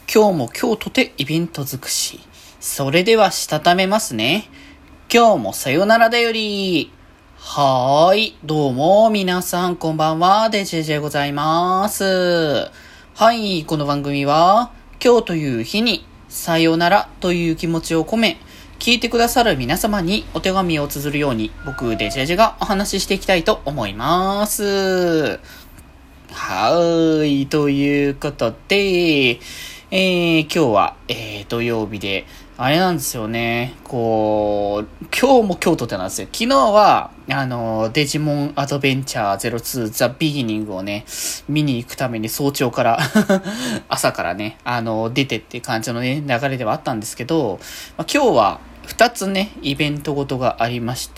今日も今日とてイベント尽くし。それではしたためますね。今日もさよならだより。はーい。どうも皆さんこんばんは。デジェジェございます。はい。この番組は今日という日にさよならという気持ちを込め、聞いてくださる皆様にお手紙を綴るように僕デジェジェがお話ししていきたいと思います。はーい。ということで、今日は、土曜日で、あれなんですよね。今日も今日とってなんですよ。昨日は、デジモンアドベンチャー02ザ・ビギニングをね、見に行くために早朝から朝からね、出てっていう感じのね、流れではあったんですけど、今日は、二つね、イベントごとがありまして、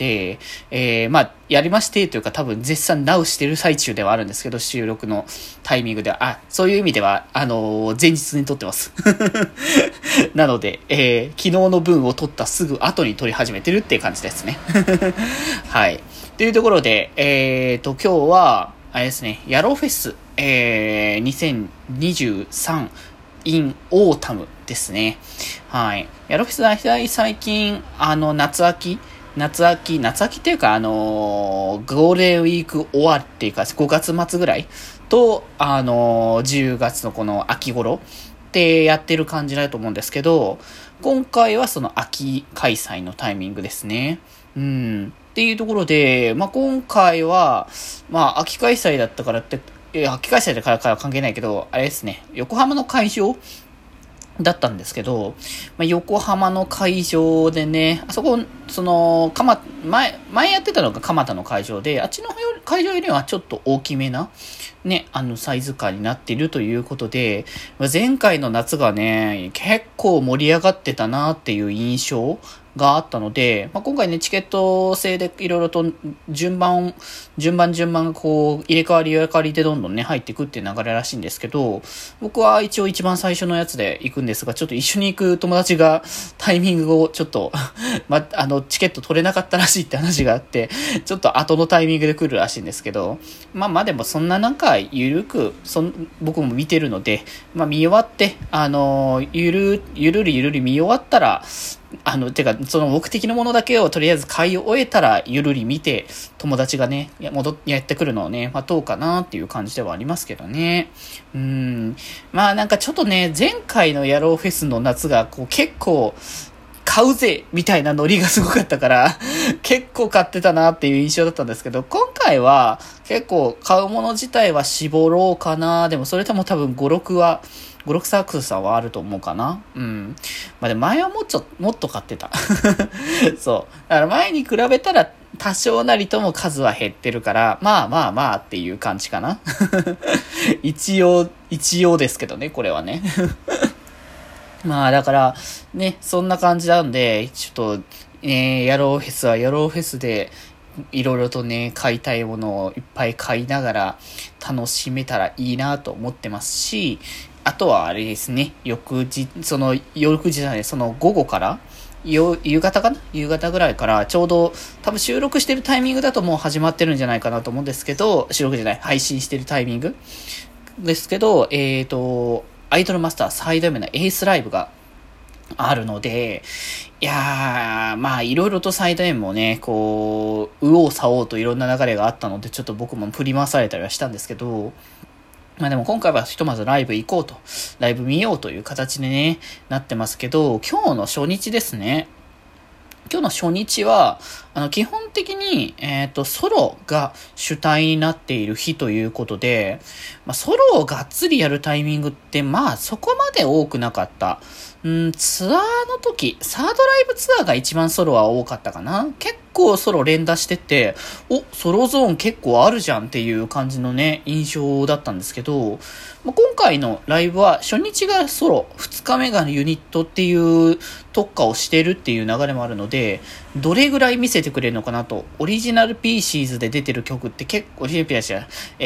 やりましてというか多分絶賛ナウしてる最中ではあるんですけど、収録のタイミングでは、そういう意味では、前日に撮ってます。なので、昨日の分を撮ったすぐ後に撮り始めてるっていう感じですね。はい。というところで、今日は、あれですね、ヤローフェス、2023 in オータムですね。はい。ヤロフェス大体最近、夏秋っていうか、ゴールデンウィーク終わっていうか、5月末ぐらいと、10月のこの秋頃ってやってる感じだと思うんですけど、今回はその秋開催のタイミングですね。っていうところで、今回は、秋開催だったからって、秋開催だから関係ないけど、あれですね、横浜の会場だったんですけど、横浜の会場でね、あそこ、前やってたのが蒲田の会場で、あっちの会場よりはちょっと大きめな、ね、サイズ感になっているということで、前回の夏がね、結構盛り上がってたなっていう印象があったので、今回ね、チケット制でいろいろと順番がこう、入れ替わりでどんどんね、入っていくっていう流れらしいんですけど、僕は一応一番最初のやつで行くんですが、ちょっと一緒に行く友達がタイミングをちょっとチケット取れなかったらしいって話があって、ちょっと後のタイミングで来るらしいんですけど、でもそんななんか、ゆるく、僕も見てるので、見終わって、ゆるり見終わったら、その目的のものだけをとりあえず買い終えたら、ゆるり見て、友達がね、やってくるのをね、どうかなっていう感じではありますけどね。なんかちょっとね、前回のヤローフェスの夏が、結構、買うぜみたいなノリがすごかったから、結構買ってたなっていう印象だったんですけど、今回は結構買うもの自体は絞ろうかな。でもそれとも多分5、6サークルさんはあると思うかな。で前はもっと買ってた。そう。だから前に比べたら多少なりとも数は減ってるから、っていう感じかな。一応ですけどね、これはね。だから、ね、そんな感じなんで、ちょっと、ヤローフェスはヤローフェスで、いろいろとね、買いたいものをいっぱい買いながら楽しめたらいいなと思ってますし、あとはあれですね、その午後から、夕方ぐらいからちょうど多分収録してるタイミングだともう始まってるんじゃないかなと思うんですけど、配信してるタイミングですけど、アイドルマスター最大目のエースライブがあるので、いやー、いろいろとサイド M もね、右往左往といろんな流れがあったので、ちょっと僕も振り回されたりはしたんですけど、でも今回はひとまずライブ行こうと、ライブ見ようという形でね、なってますけど、今日の初日ですね。今日の初日は、基本的に、ソロが主体になっている日ということで、ソロをがっつりやるタイミングって、そこまで多くなかった。ツアーの時、サードライブツアーが一番ソロは多かったかな。結構ソロ連打してて、ソロゾーン結構あるじゃんっていう感じのね、印象だったんですけど、今回のライブは初日がソロ、2日目がユニットっていう特化をしてるっていう流れもあるので、どれぐらい見せてくれるのかなと。オリジナルピーシーズで出てる曲ってオリジナルピーシーズ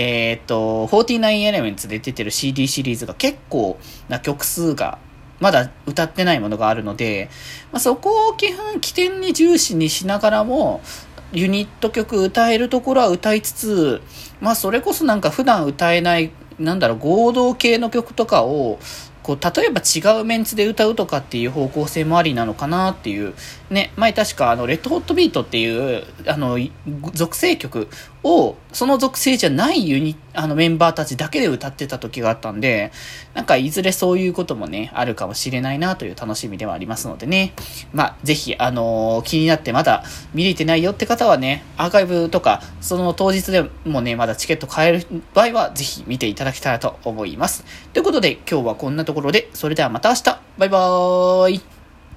49 Elements で出てる CD シリーズが結構な曲数がまだ歌ってないものがあるので、そこを起点に重視にしながらも、ユニット曲歌えるところは歌いつつ、それこそなんか普段歌えない、合同系の曲とかを、 こう、例えば違うメンツで歌うとかっていう方向性もありなのかなっていう。ね、前確かレッドホットビートっていう、属性曲を、その属性じゃないメンバーたちだけで歌ってた時があったんで、なんかいずれそういうこともね、あるかもしれないなという楽しみではありますのでね。まあ、ぜひ、気になってまだ見れてないよって方はね、アーカイブとか、その当日でもね、まだチケット買える場合は、ぜひ見ていただけたらと思います。ということで、今日はこんなところで、それではまた明日バイバーイ